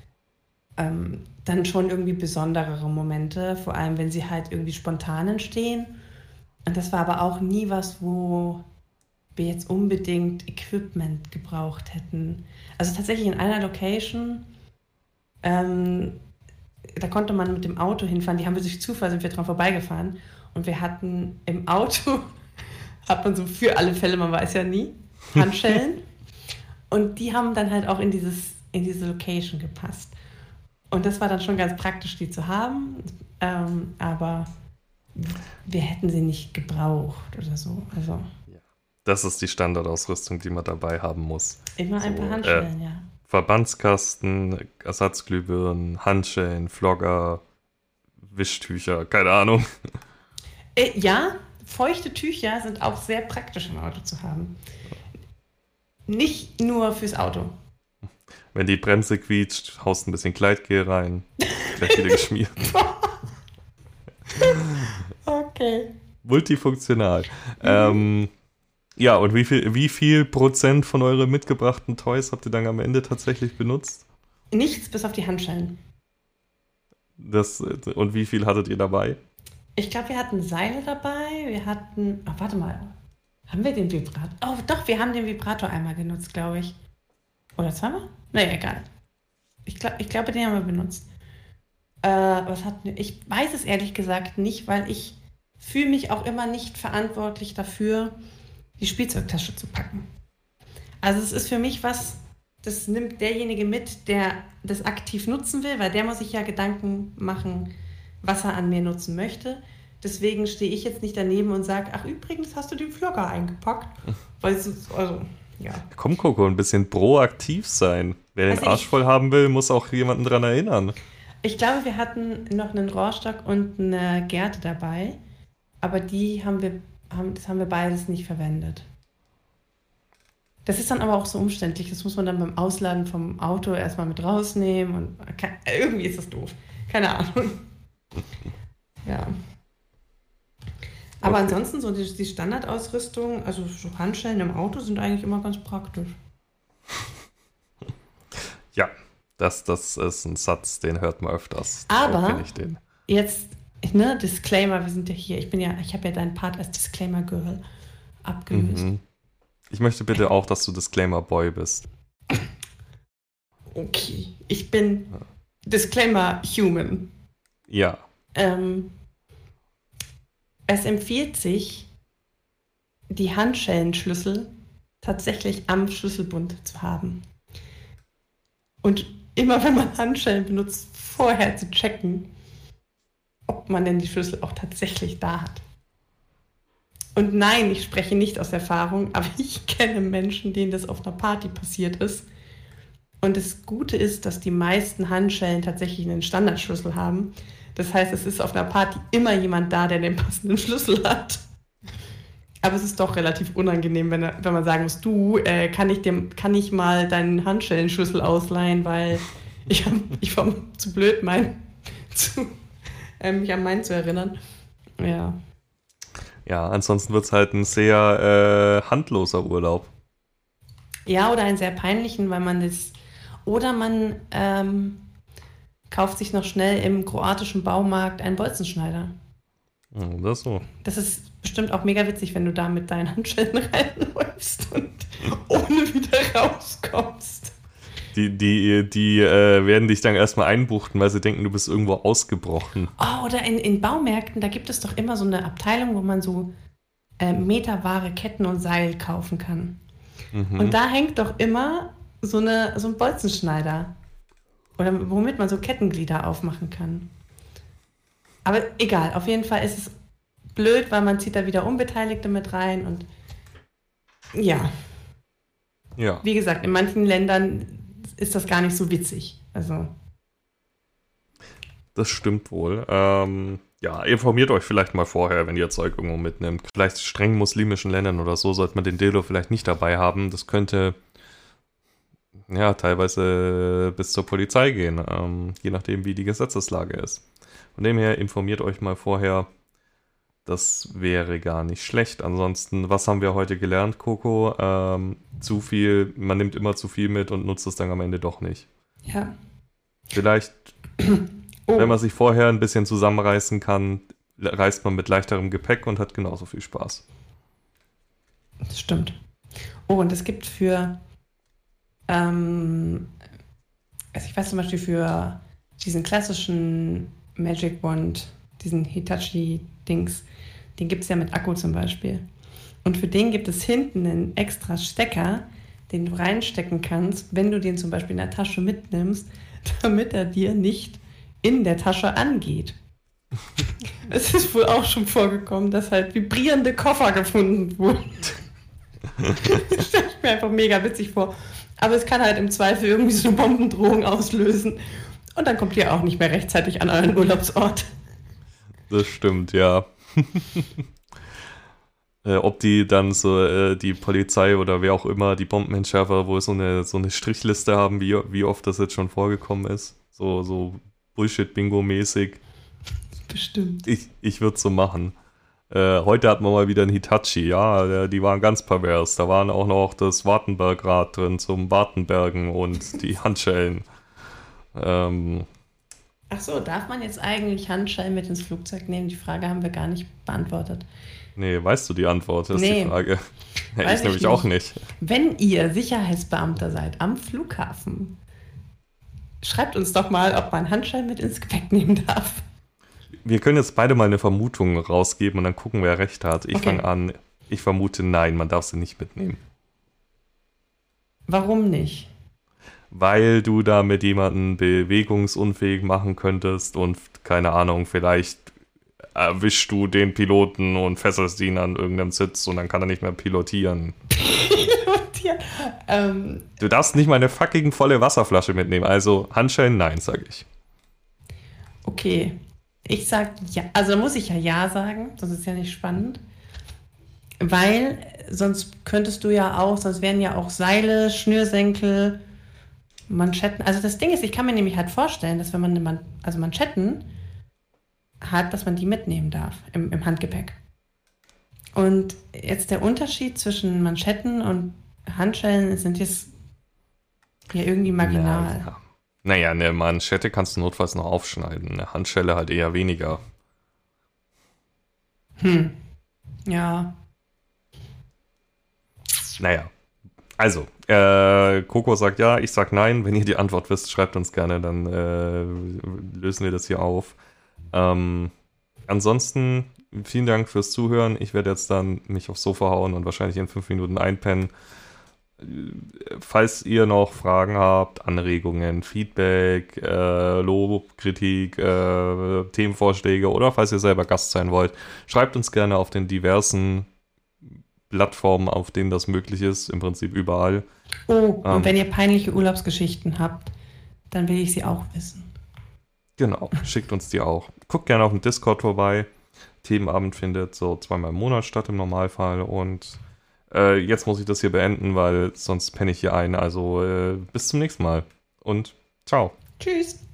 [SPEAKER 2] dann schon irgendwie besonderere Momente, vor allem wenn sie halt irgendwie spontan entstehen. Und das war aber auch nie was, wo wir jetzt unbedingt Equipment gebraucht hätten. Also tatsächlich in einer Location, da konnte man mit dem Auto hinfahren, die haben wir durch Zufall, sind wir dran vorbeigefahren und wir hatten im Auto, hat man so für alle Fälle, man weiß ja nie, Handschellen und die haben dann halt auch in diese Location gepasst. Und das war dann schon ganz praktisch, die zu haben, aber wir hätten sie nicht gebraucht oder so. Also
[SPEAKER 1] das ist die Standardausrüstung, die man dabei haben muss.
[SPEAKER 2] immer ein paar Handschellen, ja.
[SPEAKER 1] Verbandskasten, Ersatzglühbirnen, Handschellen, Flogger, Wischtücher, keine Ahnung.
[SPEAKER 2] Ja, feuchte Tücher sind auch sehr praktisch im Auto zu haben. Nicht nur fürs Auto.
[SPEAKER 1] Wenn die Bremse quietscht, haust ein bisschen Gleitgel rein, gleich wieder geschmiert.
[SPEAKER 2] Okay.
[SPEAKER 1] Multifunktional. Ja, und wie viel Prozent von euren mitgebrachten Toys habt ihr dann am Ende tatsächlich benutzt?
[SPEAKER 2] Nichts bis auf die Handschellen.
[SPEAKER 1] Und wie viel hattet ihr dabei?
[SPEAKER 2] Ich glaube, wir hatten Seile dabei, wir hatten... Oh, warte mal. Haben wir den Vibrator? Oh, doch, wir haben den Vibrator einmal genutzt, glaube ich. Oder zweimal? Naja, egal. Ich glaube, den haben wir benutzt. Was hatten wir? Ich weiß es ehrlich gesagt nicht, weil ich fühle mich auch immer nicht verantwortlich dafür, die Spielzeugtasche zu packen. Also es ist für mich was, das nimmt derjenige mit, der das aktiv nutzen will, weil der muss sich ja Gedanken machen, was er an mir nutzen möchte. Deswegen stehe ich jetzt nicht daneben und sage, ach übrigens, hast du den Flogger eingepackt? Weil es ist, also, ja.
[SPEAKER 1] Komm, Coco, ein bisschen proaktiv sein. Wer den
[SPEAKER 2] Also
[SPEAKER 1] Arsch voll haben will, muss auch jemanden dran erinnern.
[SPEAKER 2] ich glaube, wir hatten noch einen Rohrstock und eine Gerte dabei, aber das haben wir beides nicht verwendet. Das ist dann aber auch so umständlich. Das muss man dann beim Ausladen vom Auto erstmal mit rausnehmen und irgendwie ist das doof. Keine Ahnung. Ja. Aber
[SPEAKER 1] Okay.
[SPEAKER 2] ansonsten so die Standardausrüstung, also so Handschellen im Auto sind eigentlich immer ganz praktisch.
[SPEAKER 1] Ja, das ist ein Satz, den hört man öfters.
[SPEAKER 2] Aber-
[SPEAKER 1] Daher kenn ich den.
[SPEAKER 2] Jetzt, ne, Disclaimer, wir sind ja hier. Ich habe ja deinen Part als Disclaimer Girl abgelöst.
[SPEAKER 1] Mhm. Ich möchte bitte auch, dass du Disclaimer Boy bist.
[SPEAKER 2] Okay, ich bin Disclaimer Human.
[SPEAKER 1] Ja.
[SPEAKER 2] Es empfiehlt sich, die Handschellenschlüssel tatsächlich am Schlüsselbund zu haben. Und immer wenn man Handschellen benutzt, vorher zu checken, ob man denn die Schlüssel auch tatsächlich da hat. Und nein, ich spreche nicht aus Erfahrung, aber ich kenne Menschen, denen das auf einer Party passiert ist. Und das Gute ist, dass die meisten Handschellen tatsächlich einen Standardschlüssel haben. Das heißt, es ist auf einer Party immer jemand da, der den passenden Schlüssel hat. Aber es ist doch relativ unangenehm, wenn man sagen muss, du, kann ich mal deinen Handschellenschlüssel ausleihen, weil ich war zu blöd, mich an meinen zu erinnern. Ja.
[SPEAKER 1] Ja, ansonsten wird es halt ein sehr handloser Urlaub.
[SPEAKER 2] Ja, oder einen sehr peinlichen, weil man das. Oder man kauft sich noch schnell im kroatischen Baumarkt einen Bolzenschneider.
[SPEAKER 1] Oder so.
[SPEAKER 2] Das ist bestimmt auch mega witzig, wenn du da mit deinen Handschellen reinläufst und ohne wieder rauskommst.
[SPEAKER 1] Die werden dich dann erstmal einbuchten, weil sie denken, du bist irgendwo ausgebrochen.
[SPEAKER 2] Oh, oder in Baumärkten, da gibt es doch immer so eine Abteilung, wo man so meterware Ketten und Seil kaufen kann.
[SPEAKER 1] Mhm.
[SPEAKER 2] Und da hängt doch immer so ein Bolzenschneider. Oder womit man so Kettenglieder aufmachen kann. Aber egal, auf jeden Fall ist es blöd, weil man zieht da wieder Unbeteiligte mit rein und ja,
[SPEAKER 1] Ja.
[SPEAKER 2] wie gesagt, in manchen Ländern ist das gar nicht so witzig. Also,
[SPEAKER 1] Das stimmt wohl. Ja, informiert euch vielleicht mal vorher, wenn ihr Zeug irgendwo mitnimmt. Vielleicht streng muslimischen Ländern oder so sollte man den Dildo vielleicht nicht dabei haben. Das könnte ja teilweise bis zur Polizei gehen, je nachdem, wie die Gesetzeslage ist. Von dem her informiert euch mal vorher. Das wäre gar nicht schlecht. Ansonsten, was haben wir heute gelernt, Coco? Zu viel, man nimmt immer zu viel mit und nutzt es dann am Ende doch nicht.
[SPEAKER 2] ja.
[SPEAKER 1] Vielleicht, wenn man sich vorher ein bisschen zusammenreißen kann, reist man mit leichterem Gepäck und hat genauso viel Spaß.
[SPEAKER 2] Das stimmt. Oh, und es gibt also ich weiß zum Beispiel für diesen klassischen Magic Wand, diesen Hitachi-Dings, den gibt es ja mit Akku zum Beispiel. Und für den gibt es hinten einen extra Stecker, den du reinstecken kannst, wenn du den zum Beispiel in der Tasche mitnimmst, damit er dir nicht in der Tasche angeht. Es ist wohl auch schon vorgekommen, dass halt vibrierende Koffer gefunden wurden. Das stelle ich mir einfach mega witzig vor. Aber es kann halt im Zweifel irgendwie so eine Bombendrohung auslösen. Und dann kommt ihr auch nicht mehr rechtzeitig an euren Urlaubsort.
[SPEAKER 1] Das stimmt, ja. Ob die dann so die Polizei oder wer auch immer, die Bombenentschärfer, wohl so eine Strichliste haben, wie oft das jetzt schon vorgekommen ist. So Bullshit-Bingo-mäßig.
[SPEAKER 2] Bestimmt.
[SPEAKER 1] Ich würde es so machen. Heute hatten wir mal wieder einen Hitachi, ja, die waren ganz pervers. Da waren auch noch das Wartenbergrad drin zum Wartenbergen und die Handschellen.
[SPEAKER 2] Ach so, darf man jetzt eigentlich Handschellen mit ins Flugzeug nehmen? Die Frage haben wir gar nicht beantwortet.
[SPEAKER 1] Nee, weißt du die Antwort, ist
[SPEAKER 2] Nee.
[SPEAKER 1] die Frage. Ja,
[SPEAKER 2] Weiß
[SPEAKER 1] ich nämlich
[SPEAKER 2] ich
[SPEAKER 1] auch nicht.
[SPEAKER 2] Wenn ihr Sicherheitsbeamter seid am Flughafen, schreibt uns doch mal, ob man Handschellen mit ins Gepäck nehmen darf.
[SPEAKER 1] Wir können jetzt beide mal eine Vermutung rausgeben und dann gucken, wer recht hat. Ich
[SPEAKER 2] Okay.
[SPEAKER 1] fange an. Ich vermute, nein, man darf sie nicht mitnehmen.
[SPEAKER 2] Warum nicht?
[SPEAKER 1] Weil du damit jemanden bewegungsunfähig machen könntest und, keine Ahnung, vielleicht erwischst du den Piloten und fesselst ihn an irgendeinem Sitz und dann kann er nicht mehr pilotieren.
[SPEAKER 2] Pilotieren.
[SPEAKER 1] Du darfst nicht mal eine fucking volle Wasserflasche mitnehmen. Also Handschellen, nein, sage ich.
[SPEAKER 2] Okay, ich sag ja. Also da muss ich ja sagen, das ist ja nicht spannend. Weil sonst könntest du ja auch, sonst wären ja auch Seile, Schnürsenkel, Manschetten. Also das Ding ist, ich kann mir nämlich halt vorstellen, dass wenn man Manschetten hat, dass man die mitnehmen darf im Handgepäck. Und jetzt der Unterschied zwischen Manschetten und Handschellen sind jetzt ja irgendwie marginal.
[SPEAKER 1] Naja, eine Manschette kannst du notfalls noch aufschneiden. Eine Handschelle halt eher weniger.
[SPEAKER 2] Ja.
[SPEAKER 1] Naja. Also, Coco sagt ja, ich sag nein. Wenn ihr die Antwort wisst, schreibt uns gerne, dann lösen wir das hier auf. Ansonsten, vielen Dank fürs Zuhören. Ich werde jetzt dann mich aufs Sofa hauen und wahrscheinlich in 5 Minuten einpennen. Falls ihr noch Fragen habt, Anregungen, Feedback, Lob, Kritik, Themenvorschläge oder falls ihr selber Gast sein wollt, schreibt uns gerne auf den diversen Plattformen, auf denen das möglich ist, im Prinzip überall.
[SPEAKER 2] Oh, und wenn ihr peinliche Urlaubsgeschichten habt, dann will ich sie auch wissen.
[SPEAKER 1] Genau, schickt uns die auch. Guckt gerne auf dem Discord vorbei. Themenabend findet so 2-mal im Monat statt im Normalfall und jetzt muss ich das hier beenden, weil sonst penne ich hier ein. Also bis zum nächsten Mal und ciao.
[SPEAKER 2] Tschüss.